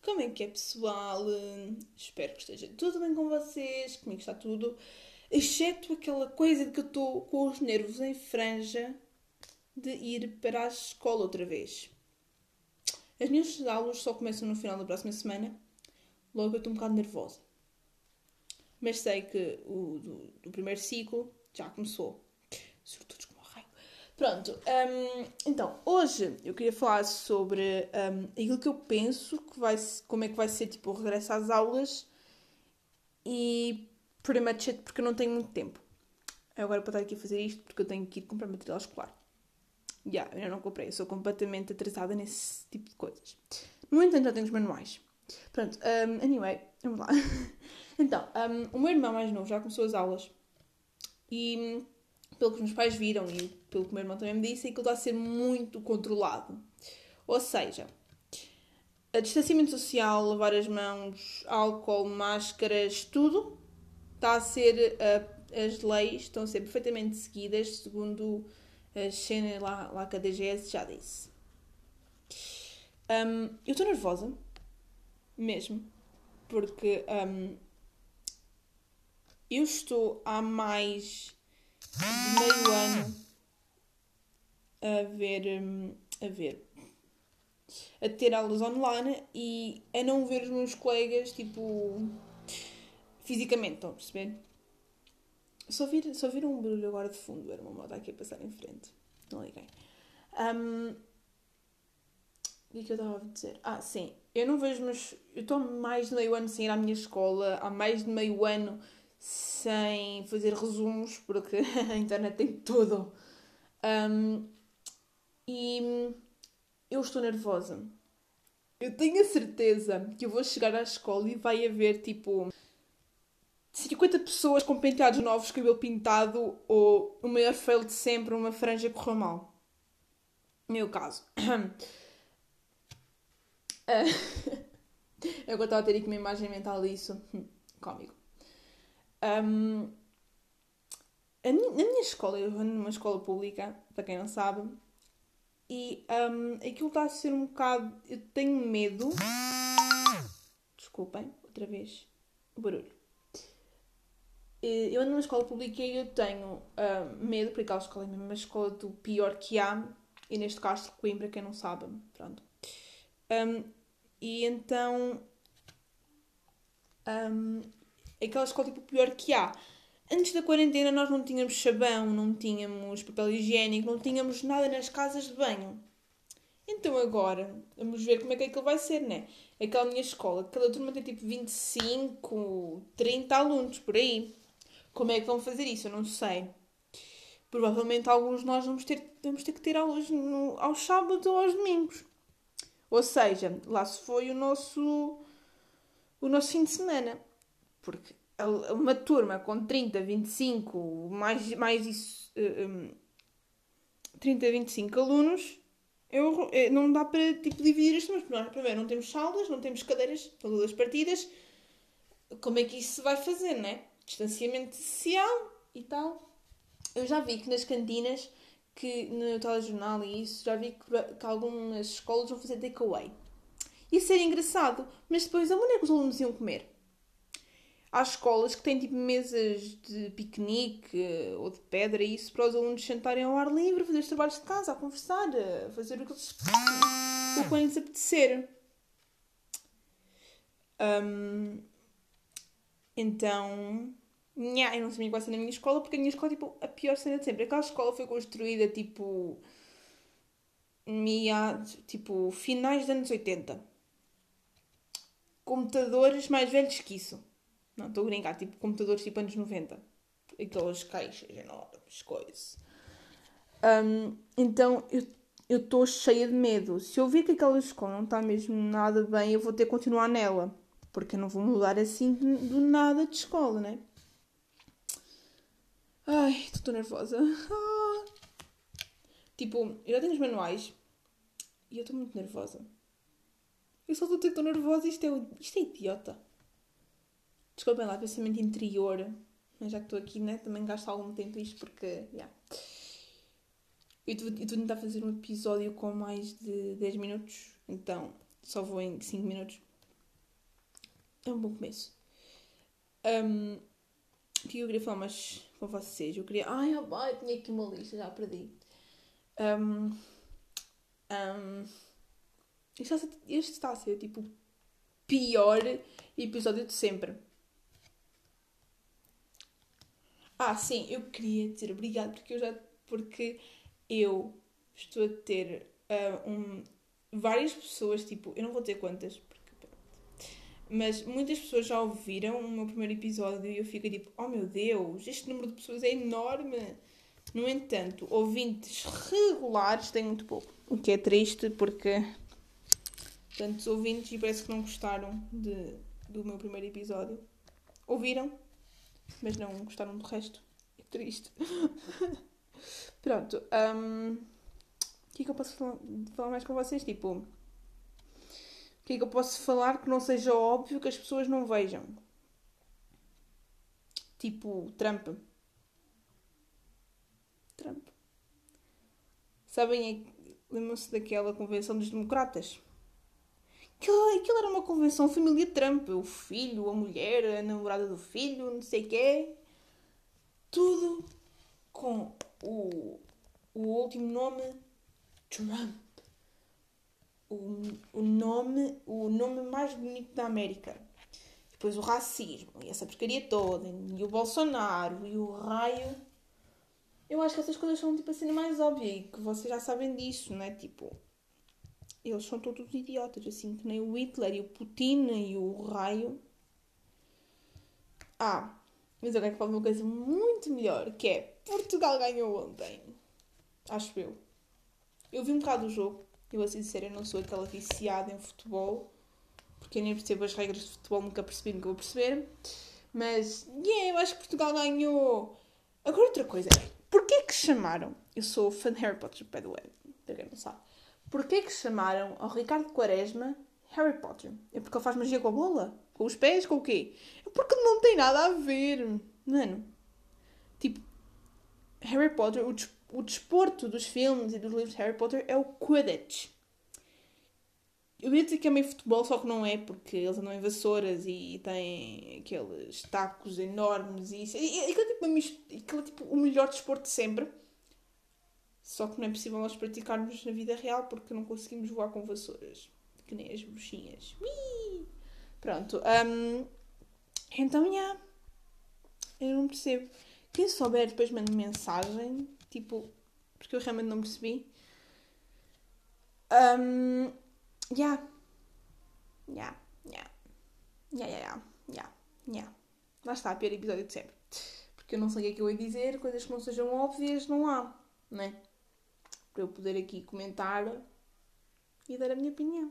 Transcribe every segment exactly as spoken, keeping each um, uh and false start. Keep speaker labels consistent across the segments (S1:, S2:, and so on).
S1: Como é que é, pessoal? Espero que esteja tudo bem com vocês. Comigo está tudo. Exceto aquela coisa de que eu estou com os nervos em franja de ir para a escola outra vez. As minhas aulas só começam no final da próxima semana. Logo eu estou um bocado nervosa. Mas sei que o do, do primeiro ciclo já começou. Sobretudo como raio. Pronto, hum, então, hoje eu queria falar sobre hum, aquilo que eu penso, que vai, como é que vai ser tipo, o regresso às aulas e pretty much it, porque eu não tenho muito tempo. Agora para estar aqui a fazer isto, porque eu tenho que ir comprar material escolar. Já, yeah, eu não comprei, eu sou completamente atrasada nesse tipo de coisas. No entanto, já tenho os manuais. Pronto, um, anyway, vamos lá. Então, um, o meu irmão mais novo já começou as aulas e, pelo que os meus pais viram e pelo que o meu irmão também me disse, aquilo está a ser muito controlado. Ou seja, a distanciamento social, lavar as mãos, álcool, máscaras, tudo está a ser, uh, as leis estão a ser perfeitamente seguidas, segundo as cenas lá, lá que a D G S já disse. Um, eu estou nervosa, mesmo, porque um, eu estou há mais de meio ano a ver, um, a ver, a ter aulas online e a não ver os meus colegas, tipo, fisicamente, estão a perceber? Só vir, só vir um barulho agora de fundo, era uma moto aqui a passar em frente. Não liguei. Um, o que é que eu estava a dizer? Ah, sim. Eu não vejo, mas eu estou há mais de meio ano sem ir à minha escola, há mais de meio ano sem fazer resumos, porque a internet tem tudo. Um, e eu estou nervosa. Eu tenho a certeza que eu vou chegar à escola e vai haver, tipo, cinquenta pessoas com penteados novos, cabelo pintado ou o maior fail de sempre, uma franja que correu mal. Meu caso. Eu agora estava a ter aqui uma imagem mental disso. Cómico. Um, a minha, na minha escola, eu ando numa escola pública, para quem não sabe, e um, aquilo está a ser um bocado. Eu tenho medo. Desculpem, outra vez o barulho. Eu ando numa escola pública e eu tenho um, medo, porque aquela escola é mesmo uma escola do pior que há, e neste caso de Coimbra, quem não sabe, pronto. Um, e então. Um, aquela escola tipo o pior que há. Antes da quarentena nós não tínhamos sabão, não tínhamos papel higiênico, não tínhamos nada nas casas de banho. Então agora, vamos ver como é que aquilo vai ser, né? Aquela minha escola, cada turma tem tipo vinte e cinco, trinta alunos, por aí. Como é que vão fazer isso? Eu não sei. Provavelmente alguns de nós vamos ter, vamos ter que ter aulas no, aos sábados ou aos domingos. Ou seja, lá se foi o nosso, o nosso fim de semana. Porque uma turma com trinta, vinte e cinco, mais, mais isso, um, trinta, vinte e cinco alunos, eu, não dá para tipo, dividir as turmas. Nós, primeiro, não temos salas, não temos cadeiras, estão todas partidas. Como é que isso se vai fazer, né? Distanciamento social e tal. Eu já vi que nas cantinas, que no telejornal e isso, já vi que, que algumas escolas vão fazer takeaway. Isso era engraçado, mas depois aonde é que os alunos iam comer? Há escolas que têm tipo mesas de piquenique ou de pedra e isso para os alunos sentarem ao ar livre, fazer os trabalhos de casa, a conversar, a fazer o que eles o que lhes apetecer. Um, então, nha, eu não sabia qual ser na minha escola porque a minha escola é tipo a pior cena de sempre. Aquela escola foi construída tipo, meia, tipo finais dos anos oitenta. Computadores mais velhos que isso. Não, estou a brincar, tipo computadores tipo anos noventa. Aquelas caixas enormes, coisas. Um, então eu estou cheia de medo. Se eu ver que aquela escola não está mesmo nada bem, eu vou ter que continuar nela. Porque eu não vou mudar assim do nada de escola, né? Ai, estou nervosa. Ah. Tipo, eu já tenho os manuais e eu estou muito nervosa. Eu só estou a dizer que estou nervosa e isto é, isto é idiota. Desculpem lá, pensamento interior. Mas já que estou aqui, né, também gasto algum tempo isto porque, yeah. Eu estou a tentar fazer um episódio com mais de dez minutos, então só vou em cinco minutos. É um bom começo. Um, o que eu queria falar mais com vocês? Eu queria... Ai, oh, ai, tinha aqui uma lista, já perdi. Um, um, este, está a ser, este está a ser, tipo, o pior episódio de sempre. Ah, sim, eu queria dizer obrigado porque eu já... Porque eu estou a ter uh, um, várias pessoas, tipo... Eu não vou dizer quantas, porque... Mas muitas pessoas já ouviram o meu primeiro episódio e eu fico tipo, oh meu Deus, este número de pessoas é enorme. No entanto, ouvintes regulares têm muito pouco. O que é triste porque tantos ouvintes e parece que não gostaram de, do meu primeiro episódio. Ouviram, mas não gostaram do resto. É triste. Pronto. Um, o que é que eu posso falar, falar mais com vocês? Tipo, o que é que eu posso falar que não seja óbvio que as pessoas não vejam? Tipo, Trump. Trump. Sabem, lembram-se daquela convenção dos democratas? Aquilo, aquilo era uma convenção família Trump. O filho, a mulher, a namorada do filho, não sei o quê. Tudo com o, o último nome Trump. O, o, nome, o nome mais bonito da América. Depois o racismo e essa porcaria toda. E o Bolsonaro e o raio. Eu acho que essas coisas são tipo a cena mais óbvia e que vocês já sabem disso, não é? Tipo, eles são todos idiotas, assim, que nem o Hitler e o Putin e o raio. Ah, mas eu quero falar de uma coisa muito melhor, que é Portugal ganhou ontem. Acho eu. Eu vi um bocado do jogo. Eu vou ser sincera, eu não sou aquela viciada em futebol, porque eu nem percebo as regras de futebol, nunca percebi, nunca vou perceber. Mas, yeah, eu acho que Portugal ganhou. Agora outra coisa. Porquê que chamaram... Eu sou fã de Harry Potter, by the way. Para quem não sabe. Porquê que chamaram ao Ricardo Quaresma Harry Potter? É porque ele faz magia com a bola? Com os pés? Com o quê? É porque não tem nada a ver. Mano. Tipo, Harry Potter, o, des- o desporto dos filmes e dos livros de Harry Potter é o Quidditch. Eu ia dizer que é meio futebol, só que não é, porque eles andam em vassouras e têm aqueles tacos enormes e isso. E, e, aquilo, é tipo, uma mist- aquilo é tipo o melhor desporto de sempre. Só que não é possível nós praticarmos na vida real porque não conseguimos voar com vassouras. Que nem as bruxinhas. Ui! Pronto. Um, então, já. Yeah, eu não percebo. Quem souber depois manda mensagem. Tipo, porque eu realmente não percebi. Um, já. Já. Já. Já, já, já. Já. Já. Lá está, pior episódio de sempre. Porque eu não sei o que é que eu ia dizer. Coisas que não sejam óbvias não há. Não é? Para eu poder aqui comentar e dar a minha opinião.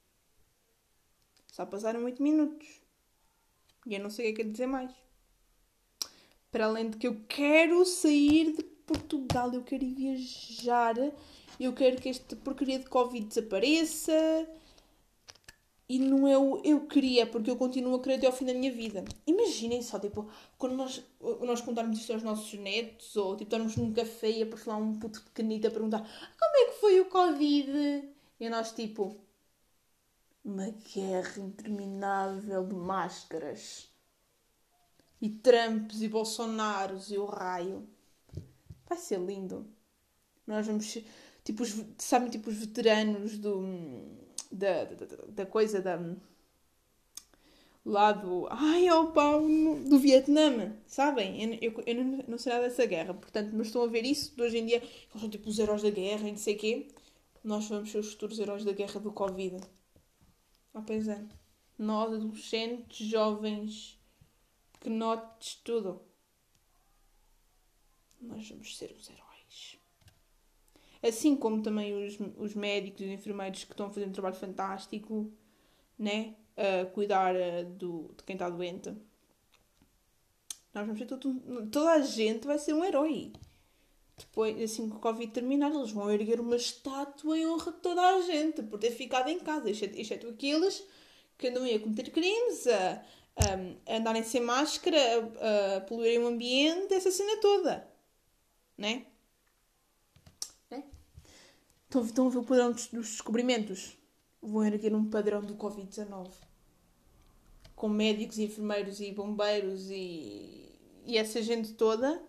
S1: Só passaram oito minutos. E eu não sei o que é que é dizer mais. Para além de que eu quero sair de Portugal. Eu quero ir viajar. Eu quero que esta porcaria de Covid desapareça. E não é o eu queria, porque eu continuo a querer até ao fim da minha vida. Imaginem só, tipo, quando nós, nós contarmos isto aos nossos netos, ou tipo, estarmos num café e aparecer lá um puto pequenito a perguntar como é que foi o Covid? E nós, tipo, uma guerra interminável de máscaras. E Trumps e Bolsonaros e o raio. Vai ser lindo. Nós vamos, tipo, os, sabem, tipo, os veteranos do, da, da, da coisa da... lá do... Ai, opa, do Vietnã, sabem? Eu, eu, eu não, não sei nada dessa guerra, portanto, mas estão a ver isso de hoje em dia, eles são tipo os heróis da guerra e não sei o quê. Nós vamos ser os futuros heróis da guerra do Covid. Ah, pois é. Nós, adolescentes, jovens, pequenotes, tudo. Nós vamos ser os heróis. Assim como também os, os médicos e os enfermeiros que estão a fazer um trabalho fantástico, né? A cuidar uh, do, de quem está doente. Nós vamos ser todo, toda a gente vai ser um herói. Depois, assim que o Covid terminar, eles vão erguer uma estátua em honra de toda a gente por ter ficado em casa, exceto, exceto aqueles que andam a cometer crimes, a, a, a andarem sem máscara, a, a poluírem o ambiente, essa cena toda. Né? Né? Estão, estão a ver o padrão dos, dos descobrimentos? Vão erguer um padrão do Covid dezanove. com médicos, enfermeiros e bombeiros e, e essa gente toda.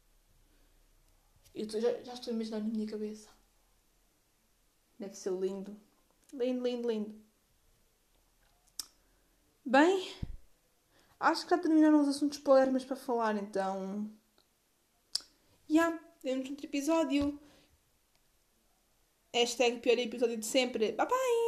S1: Eu tô, já, já estou a imaginar na minha cabeça. Deve ser lindo. Lindo, lindo, lindo. Bem, acho que já terminaram os assuntos palermas para falar, então... Já, yeah, temos outro episódio. Hashtag pior episódio de sempre. Bye bye!